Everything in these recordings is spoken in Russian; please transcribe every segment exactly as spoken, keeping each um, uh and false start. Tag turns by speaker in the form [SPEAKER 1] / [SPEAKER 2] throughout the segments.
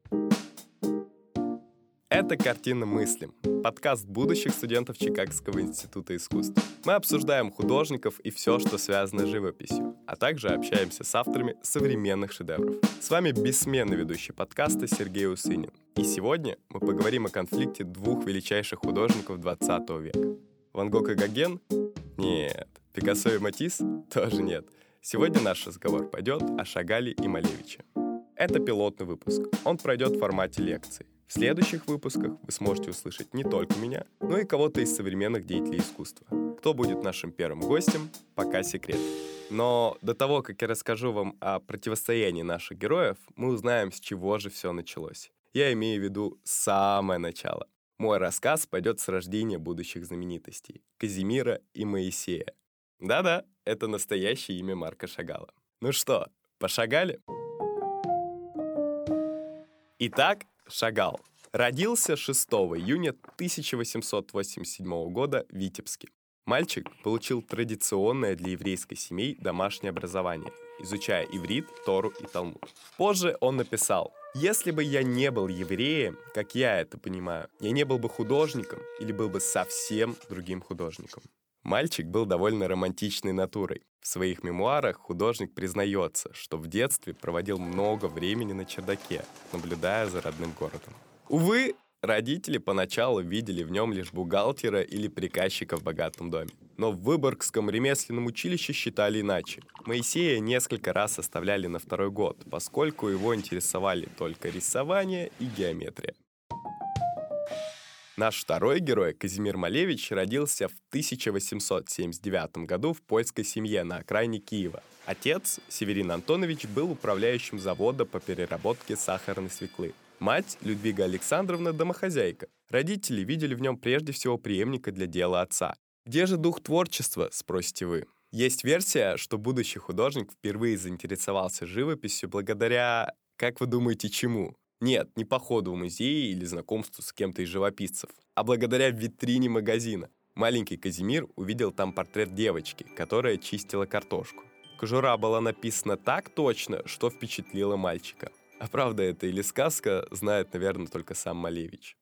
[SPEAKER 1] Это «Картина мыслим» — подкаст будущих студентов Чикагского института искусств. Мы обсуждаем художников и все, что связано с живописью, а также общаемся с авторами современных шедевров. С вами бессменный ведущий подкаста Сергей Усынин. И сегодня мы поговорим о конфликте двух величайших художников двадцатого века. Ван Гог и Гоген? Нет. Пикассо и Матисс? Тоже нет. Сегодня наш разговор пойдет о Шагале и Малевиче. Это пилотный выпуск. Он пройдет в формате лекций. В следующих выпусках вы сможете услышать не только меня, но и кого-то из современных деятелей искусства. Кто будет нашим первым гостем, пока секрет. Но до того, как я расскажу вам о противостоянии наших героев, мы узнаем, с чего же все началось. Я имею в виду самое начало. Мой рассказ пойдет с рождения будущих знаменитостей — Казимира и Моисея. Да-да, это настоящее имя Марка Шагала. Ну что, пошагали? Итак, Шагал родился шестого июня тысяча восемьсот восемьдесят седьмого года в Витебске. Мальчик получил традиционное для еврейской семьи домашнее образование, изучая иврит, Тору и Талмуд. Позже он написал: «Если бы я не был евреем, как я это понимаю, я не был бы художником или был бы совсем другим художником». Мальчик был довольно романтичной натурой. В своих мемуарах художник признается, что в детстве проводил много времени на чердаке, наблюдая за родным городом. Увы, родители поначалу видели в нем лишь бухгалтера или приказчика в богатом доме. Но в Выборгском ремесленном училище считали иначе. Моисея несколько раз оставляли на второй год, поскольку его интересовали только рисование и геометрия. Наш второй герой, Казимир Малевич, родился в тысяча восемьсот семьдесят девятом году в польской семье на окраине Киева. Отец, Северин Антонович, был управляющим завода по переработке сахарной свеклы. Мать, Людвига Александровна, домохозяйка. Родители видели в нем прежде всего преемника для дела отца. Где же дух творчества, спросите вы? Есть версия, что будущий художник впервые заинтересовался живописью благодаря, как вы думаете, чему? Нет, не походу в музей или знакомству с кем-то из живописцев, а благодаря витрине магазина. Маленький Казимир увидел там портрет девочки, которая чистила картошку. Кожура была написана так точно, что впечатлила мальчика. А правда это или сказка, знает, наверное, только сам Малевич.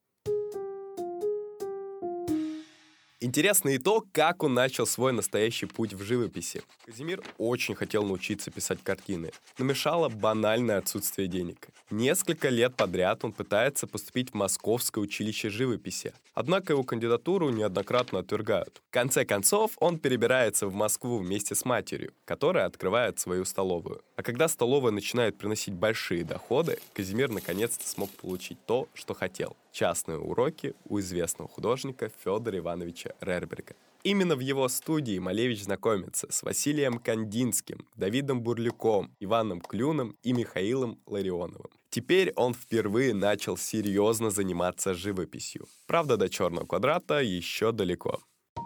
[SPEAKER 1] Интересно и то, как он начал свой настоящий путь в живописи. Казимир очень хотел научиться писать картины, но мешало банальное отсутствие денег. Несколько лет подряд он пытается поступить в Московское училище живописи, однако его кандидатуру неоднократно отвергают. В конце концов, он перебирается в Москву вместе с матерью, которая открывает свою столовую. А когда столовая начинает приносить большие доходы, Казимир наконец-то смог получить то, что хотел. Частные уроки у известного художника Федора Ивановича Рерберга. Именно в его студии Малевич знакомится с Василием Кандинским, Давидом Бурлюком, Иваном Клюном и Михаилом Ларионовым. Теперь он впервые начал серьезно заниматься живописью. Правда, до черного квадрата еще далеко.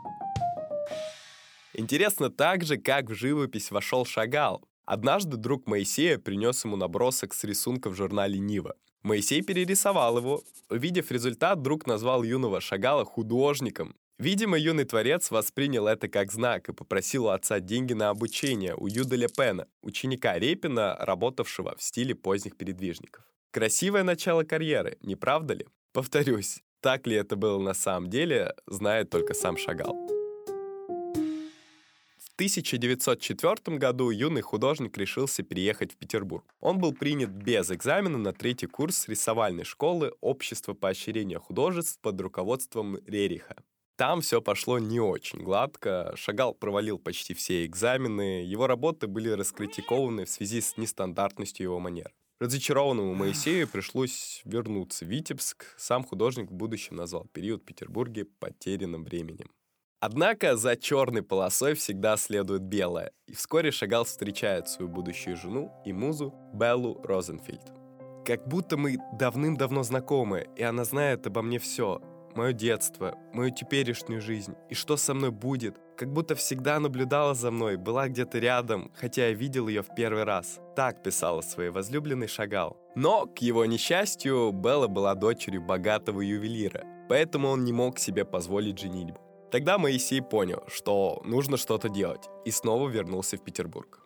[SPEAKER 1] Интересно также, как в живопись вошел Шагал. Однажды друг Моисея принес ему набросок с рисунка в журнале «Нива». Моисей перерисовал его. Увидев результат, друг назвал юного Шагала художником. Видимо, юный творец воспринял это как знак и попросил у отца деньги на обучение у Юделя Пена, ученика Репина, работавшего в стиле поздних передвижников. Красивое начало карьеры, не правда ли? Повторюсь, так ли это было на самом деле, знает только сам Шагал. В тысяча девятьсот четвёртом году юный художник решился переехать в Петербург. Он был принят без экзамена на третий курс рисовальной школы Общества поощрения художеств под руководством Рериха. Там все пошло не очень гладко, Шагал провалил почти все экзамены, его работы были раскритикованы в связи с нестандартностью его манер. Разочарованному Моисею пришлось вернуться в Витебск, сам художник в будущем назвал период в Петербурге потерянным временем. Однако за черной полосой всегда следует белое, и вскоре Шагал встречает свою будущую жену и музу Беллу Розенфельд. Как будто мы давным-давно знакомы, и она знает обо мне все. Мое детство, мою теперешнюю жизнь, и что со мной будет. Как будто всегда наблюдала за мной, была где-то рядом, хотя я видел ее в первый раз. Так писала своей возлюбленной Шагал. Но, к его несчастью, Белла была дочерью богатого ювелира, поэтому он не мог себе позволить женитьбу. Тогда Моисей понял, что нужно что-то делать, и снова вернулся в Петербург.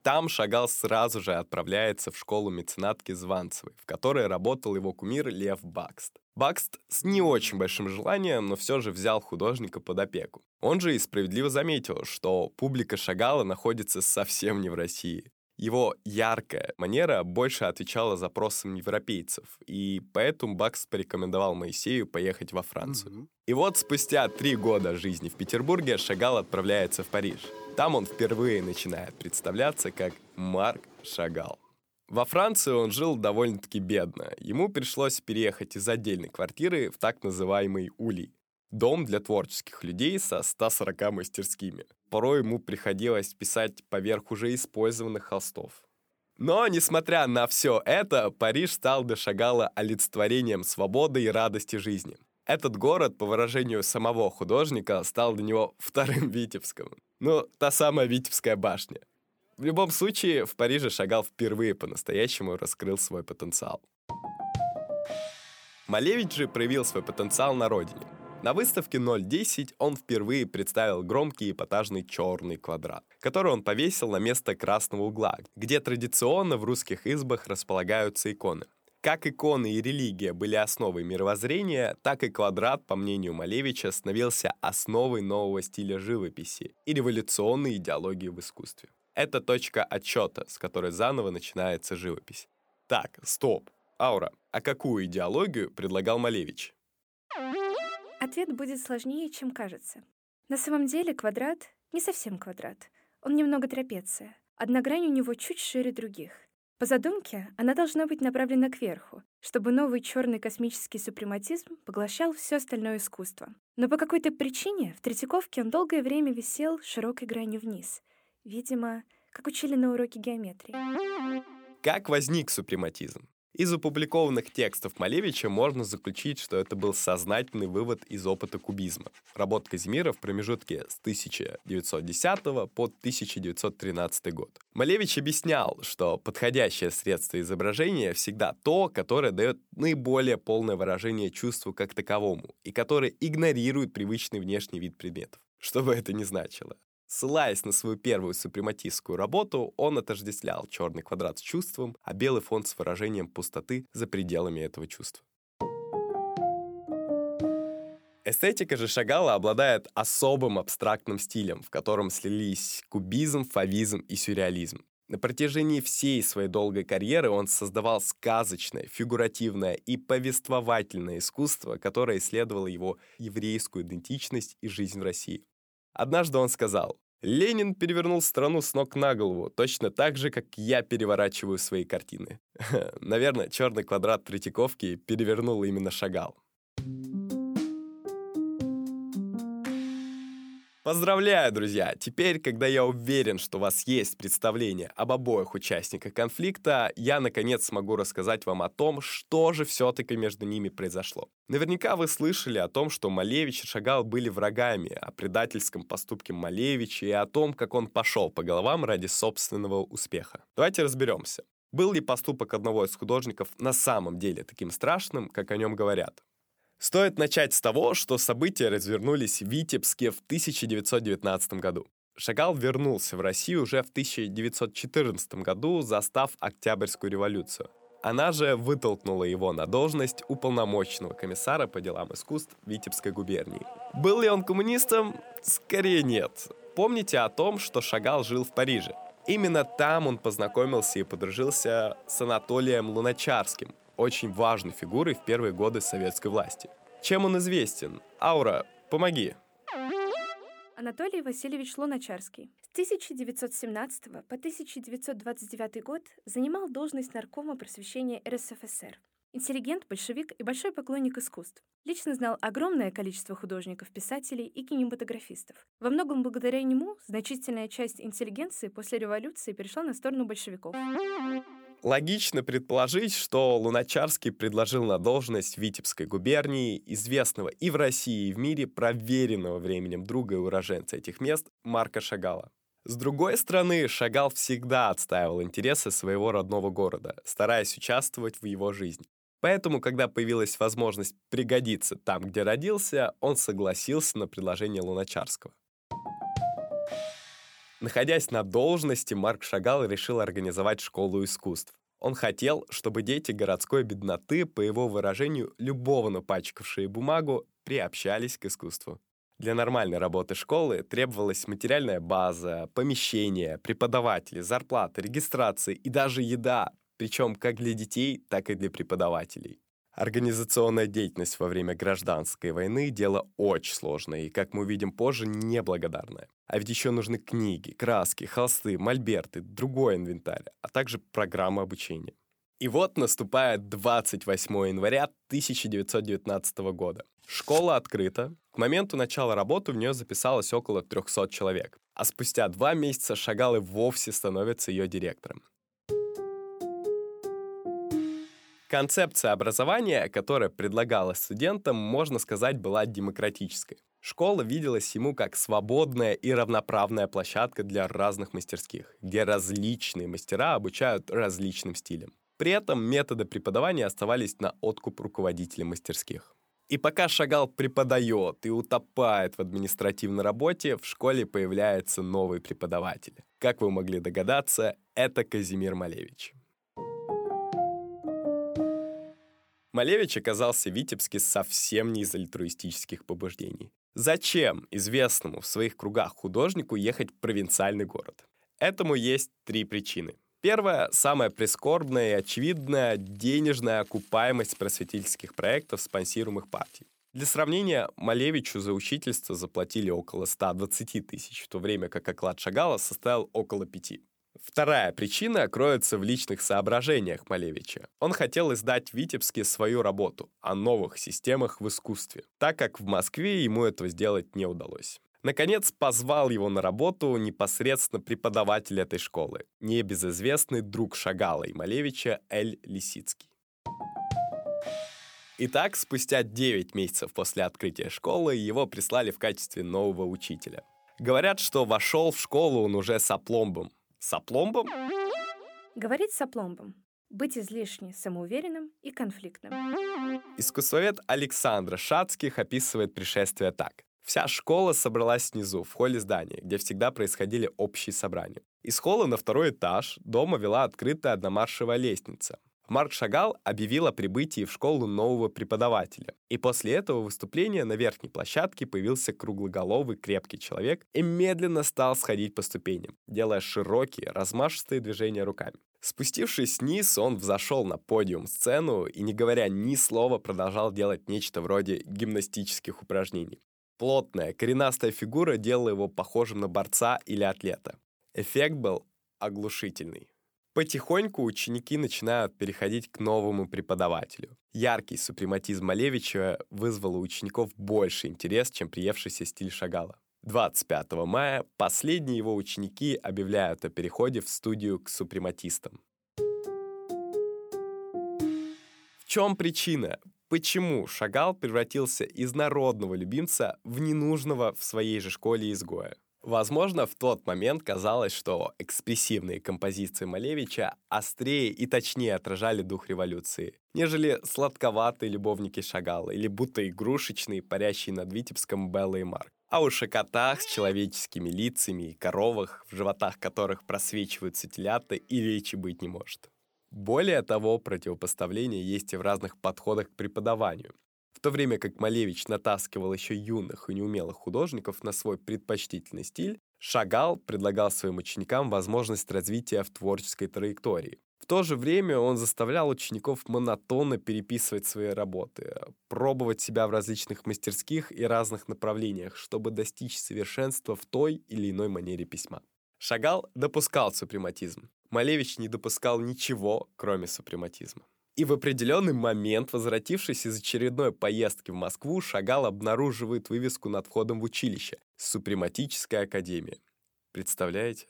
[SPEAKER 1] Там Шагал сразу же отправляется в школу меценатки Званцевой, в которой работал его кумир Лев Бакст. Бакст с не очень большим желанием, но все же взял художника под опеку. Он же и справедливо заметил, что публика Шагала находится совсем не в России. Его яркая манера больше отвечала запросам европейцев, и поэтому Бакст порекомендовал Моисею поехать во Францию. Mm-hmm. И вот спустя три года жизни в Петербурге Шагал отправляется в Париж. Там он впервые начинает представляться как Марк Шагал. Во Франции он жил довольно-таки бедно. Ему пришлось переехать из отдельной квартиры в так называемый Улей. Дом для творческих людей со ста сорока мастерскими. Порой ему приходилось писать поверх уже использованных холстов. Но, несмотря на все это, Париж стал для Шагала олицетворением свободы и радости жизни. Этот город, по выражению самого художника, стал для него вторым Витебском. Ну, та самая Витебская башня. В любом случае, в Париже Шагал впервые по-настоящему раскрыл свой потенциал. Малевич же проявил свой потенциал на родине. На выставке ноль десять он впервые представил громкий эпатажный черный квадрат, который он повесил на место красного угла, где традиционно в русских избах располагаются иконы. Как иконы и религия были основой мировоззрения, так и квадрат, по мнению Малевича, становился основой нового стиля живописи и революционной идеологии в искусстве. Это точка отсчета, с которой заново начинается живопись. Так, стоп. Аура, а какую идеологию предлагал Малевич?
[SPEAKER 2] Ответ будет сложнее, чем кажется. На самом деле квадрат не совсем квадрат. Он немного трапеция. Одна грань у него чуть шире других. По задумке, она должна быть направлена кверху, чтобы новый черный космический супрематизм поглощал все остальное искусство. Но по какой-то причине в Третьяковке он долгое время висел широкой гранью вниз. Видимо, как учили на уроке геометрии.
[SPEAKER 1] Как возник супрематизм? Из опубликованных текстов Малевича можно заключить, что это был сознательный вывод из опыта кубизма. Работ Казимира в промежутке с тысяча девятьсот десятого по тысяча девятьсот тринадцатый год. Малевич объяснял, что подходящее средство изображения всегда то, которое дает наиболее полное выражение чувству как таковому и которое игнорирует привычный внешний вид предметов. Что бы это ни значило. Ссылаясь на свою первую супрематистскую работу, он отождествлял черный квадрат с чувством, а белый фон с выражением пустоты за пределами этого чувства. Эстетика же Шагала обладает особым абстрактным стилем, в котором слились кубизм, фавизм и сюрреализм. На протяжении всей своей долгой карьеры он создавал сказочное, фигуративное и повествовательное искусство, которое исследовало его еврейскую идентичность и жизнь в России. Однажды он сказал: «Ленин перевернул страну с ног на голову, точно так же, как я переворачиваю свои картины». Наверное, черный квадрат Третьяковки перевернул именно Шагал. Поздравляю, друзья! Теперь, когда я уверен, что у вас есть представление об обоих участниках конфликта, я, наконец, смогу рассказать вам о том, что же все-таки между ними произошло. Наверняка вы слышали о том, что Малевич и Шагал были врагами, о предательском поступке Малевича и о том, как он пошел по головам ради собственного успеха. Давайте разберемся. Был ли поступок одного из художников на самом деле таким страшным, как о нем говорят? Стоит начать с того, что события развернулись в Витебске в тысяча девятьсот девятнадцатом году. Шагал вернулся в Россию уже в тысяча девятьсот четырнадцатом году, застав Октябрьскую революцию. Она же вытолкнула его на должность уполномоченного комиссара по делам искусств Витебской губернии. Был ли он коммунистом? Скорее нет. Помните о том, что Шагал жил в Париже. Именно там он познакомился и подружился с Анатолием Луначарским, очень важной фигурой в первые годы советской власти. Чем он известен? Аура, помоги.
[SPEAKER 2] Анатолий Васильевич Луначарский с тысяча девятьсот семнадцатого по тысяча девятьсот двадцать девятый год занимал должность наркома просвещения эр эс эф эс эр. Интеллигент, большевик и большой поклонник искусств. Лично знал огромное количество художников, писателей и кинематографистов. Во многом благодаря нему значительная часть интеллигенции после революции перешла на сторону большевиков.
[SPEAKER 1] Логично предположить, что Луначарский предложил на должность Витебской губернии известного и в России, и в мире проверенного временем друга и уроженца этих мест Марка Шагала. С другой стороны, Шагал всегда отстаивал интересы своего родного города, стараясь участвовать в его жизни. Поэтому, когда появилась возможность пригодиться там, где родился, он согласился на предложение Луначарского. Находясь на должности, Марк Шагал решил организовать школу искусств. Он хотел, чтобы дети городской бедноты, по его выражению, любовно пачкавшие бумагу, приобщались к искусству. Для нормальной работы школы требовалась материальная база, помещения, преподаватели, зарплаты, регистрации и даже еда, причем как для детей, так и для преподавателей. Организационная деятельность во время гражданской войны — дело очень сложное и, как мы увидим позже, неблагодарное. А ведь еще нужны книги, краски, холсты, мольберты, другой инвентарь, а также программа обучения. И вот наступает двадцать восьмого января тысяча девятьсот девятнадцатого года. Школа открыта. К моменту начала работы в нее записалось около трехсот человек. А спустя два месяца Шагал и вовсе становится ее директором. Концепция образования, которая предлагалась студентам, можно сказать, была демократической. Школа виделась ему как свободная и равноправная площадка для разных мастерских, где различные мастера обучают различным стилям. При этом методы преподавания оставались на откуп руководителей мастерских. И пока Шагал преподает и утопает в административной работе, в школе появляется новый преподаватель. Как вы могли догадаться, это Казимир Малевич. Малевич оказался в Витебске совсем не из альтруистических побуждений. Зачем известному в своих кругах художнику ехать в провинциальный город? Этому есть три причины. Первая, самая прискорбная и очевидная — денежная окупаемость просветительских проектов, спонсируемых партией. Для сравнения, Малевичу за учительство заплатили около ста двадцати тысяч, в то время как оклад Шагала составил около пяти. Вторая причина кроется в личных соображениях Малевича. Он хотел издать в Витебске свою работу о новых системах в искусстве, так как в Москве ему этого сделать не удалось. Наконец, позвал его на работу непосредственно преподаватель этой школы, небезызвестный друг Шагала и Малевича Эль Лисицкий. Итак, спустя девять месяцев после открытия школы его прислали в качестве нового учителя. Говорят, что вошел в школу он уже с опломбом. С опломбом?
[SPEAKER 2] Говорить с опломбом. Быть излишне самоуверенным и конфликтным.
[SPEAKER 1] Искусствовед Александр Шацких описывает пришествие так. Вся школа собралась снизу, в холле здания, где всегда происходили общие собрания. Из холла на второй этаж дома вела открытая одномаршевая лестница. Марк Шагал объявил о прибытии в школу нового преподавателя. И после этого выступления на верхней площадке появился круглоголовый крепкий человек и медленно стал сходить по ступеням, делая широкие, размашистые движения руками. Спустившись вниз, он взошел на подиум-сцену и, не говоря ни слова, продолжал делать нечто вроде гимнастических упражнений. Плотная, коренастая фигура делала его похожим на борца или атлета. Эффект был оглушительный. Потихоньку ученики начинают переходить к новому преподавателю. Яркий супрематизм Малевича вызвал у учеников больше интерес, чем приевшийся стиль Шагала. двадцать пятого мая последние его ученики объявляют о переходе в студию к супрематистам. В чем причина? Почему Шагал превратился из народного любимца в ненужного в своей же школе изгоя? Возможно, в тот момент казалось, что экспрессивные композиции Малевича острее и точнее отражали дух революции, нежели сладковатые любовники Шагала или будто игрушечные, парящие над Витебском Белла и Марк. А уж о котах с человеческими лицами и коровах, в животах которых просвечиваются телята, и речи быть не может. Более того, противопоставление есть и в разных подходах к преподаванию. В то время как Малевич натаскивал еще юных и неумелых художников на свой предпочтительный стиль, Шагал предлагал своим ученикам возможность развития в творческой траектории. В то же время он заставлял учеников монотонно переписывать свои работы, пробовать себя в различных мастерских и разных направлениях, чтобы достичь совершенства в той или иной манере письма. Шагал допускал супрематизм. Малевич не допускал ничего, кроме супрематизма. И в определенный момент, возвратившись из очередной поездки в Москву, Шагал обнаруживает вывеску над входом в училище «Супрематическая академия». Представляете?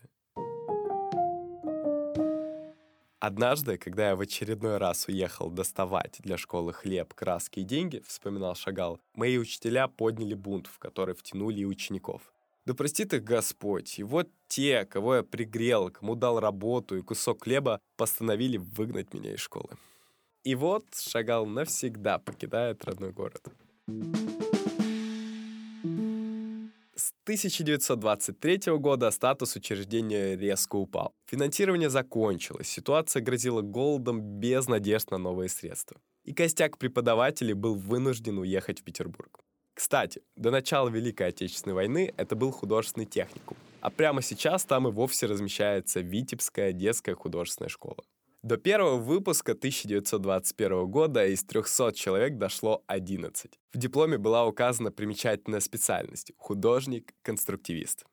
[SPEAKER 1] Однажды, когда я в очередной раз уехал доставать для школы хлеб, краски и деньги, вспоминал Шагал, мои учителя подняли бунт, в который втянули и учеников. Да простит их Господь, и вот те, кого я пригрел, кому дал работу и кусок хлеба, постановили выгнать меня из школы. И вот Шагал навсегда покидает родной город. С тысяча девятьсот двадцать третьего года статус учреждения резко упал. Финансирование закончилось, ситуация грозила голодом без надежд на новые средства. И костяк преподавателей был вынужден уехать в Петербург. Кстати, до начала Великой Отечественной войны это был художественный техникум, а прямо сейчас там и вовсе размещается Витебская детская художественная школа. До первого выпуска тысяча девятьсот двадцать первого года из трехсот человек дошло одиннадцать. В дипломе была указана примечательная специальность — художник-конструктивист.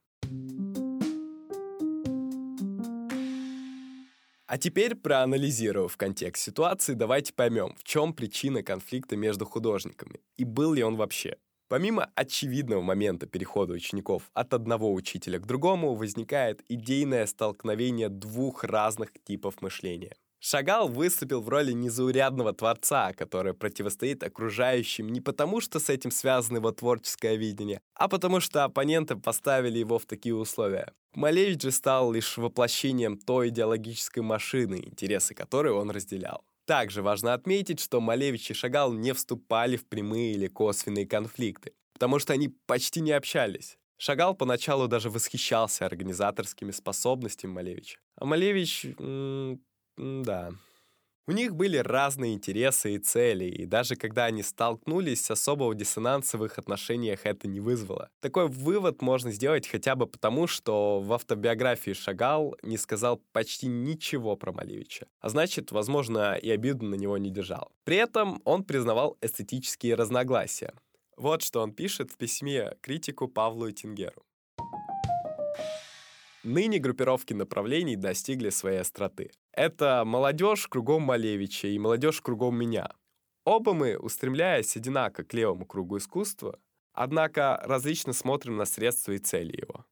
[SPEAKER 1] А теперь, проанализировав контекст ситуации, давайте поймем, в чем причина конфликта между художниками и был ли он вообще. Помимо очевидного момента перехода учеников от одного учителя к другому, возникает идейное столкновение двух разных типов мышления. Шагал выступил в роли незаурядного творца, который противостоит окружающим не потому, что с этим связано его творческое видение, а потому что оппоненты поставили его в такие условия. Малевич же стал лишь воплощением той идеологической машины, интересы которой он разделял. Также важно отметить, что Малевич и Шагал не вступали в прямые или косвенные конфликты, потому что они почти не общались. Шагал поначалу даже восхищался организаторскими способностями Малевича. А Малевич... М- м- да... У них были разные интересы и цели, и даже когда они столкнулись, особого диссонанса в их отношениях это не вызвало. Такой вывод можно сделать хотя бы потому, что в автобиографии Шагал не сказал почти ничего про Малевича, а значит, возможно, и обиду на него не держал. При этом он признавал эстетические разногласия. Вот что он пишет в письме критику Павлу Этингеру. Ныне группировки направлений достигли своей остроты. Это молодежь кругом Малевича и молодежь кругом меня. Оба мы, устремляясь одинаково к левому кругу искусства, однако различно смотрим на средства и цели его.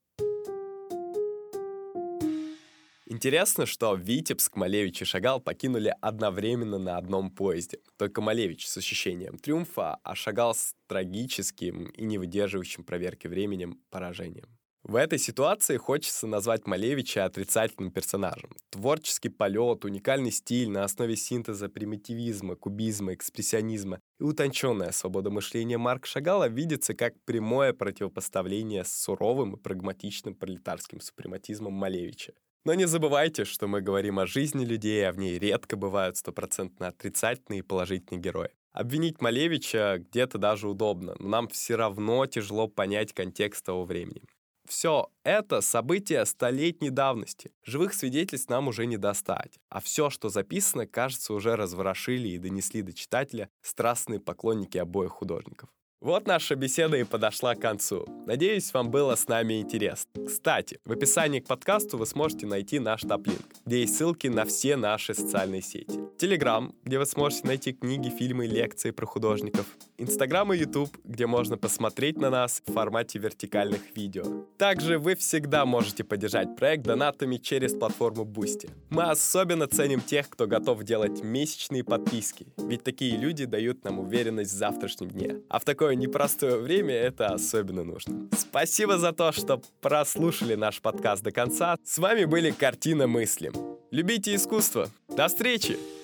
[SPEAKER 1] Интересно, что Витебск Малевич и Шагал покинули одновременно на одном поезде. Только Малевич с ощущением триумфа, а Шагал с трагическим и не выдерживающим проверки временем поражением. В этой ситуации хочется назвать Малевича отрицательным персонажем. Творческий полет, уникальный стиль на основе синтеза примитивизма, кубизма, экспрессионизма и утонченная свобода мышления Марка Шагала видится как прямое противопоставление с суровым и прагматичным пролетарским супрематизмом Малевича. Но не забывайте, что мы говорим о жизни людей, а в ней редко бывают стопроцентно отрицательные и положительные герои. Обвинить Малевича где-то даже удобно, но нам все равно тяжело понять контекст того времени. Все это события столетней давности. Живых свидетельств нам уже не достать. А все, что записано, кажется, уже разворошили и донесли до читателя страстные поклонники обоих художников. Вот наша беседа и подошла к концу. Надеюсь, вам было с нами интересно. Кстати, в описании к подкасту вы сможете найти наш топ-линк, где есть ссылки на все наши социальные сети. Телеграм, где вы сможете найти книги, фильмы, лекции про художников. Инстаграм и Ютуб, где можно посмотреть на нас в формате вертикальных видео. Также вы всегда можете поддержать проект донатами через платформу Boosty. Мы особенно ценим тех, кто готов делать месячные подписки, ведь такие люди дают нам уверенность в завтрашнем дне. А в такое непростое время это особенно нужно. Спасибо за то, что прослушали наш подкаст до конца. С вами были «Картина мысли». Любите искусство. До встречи!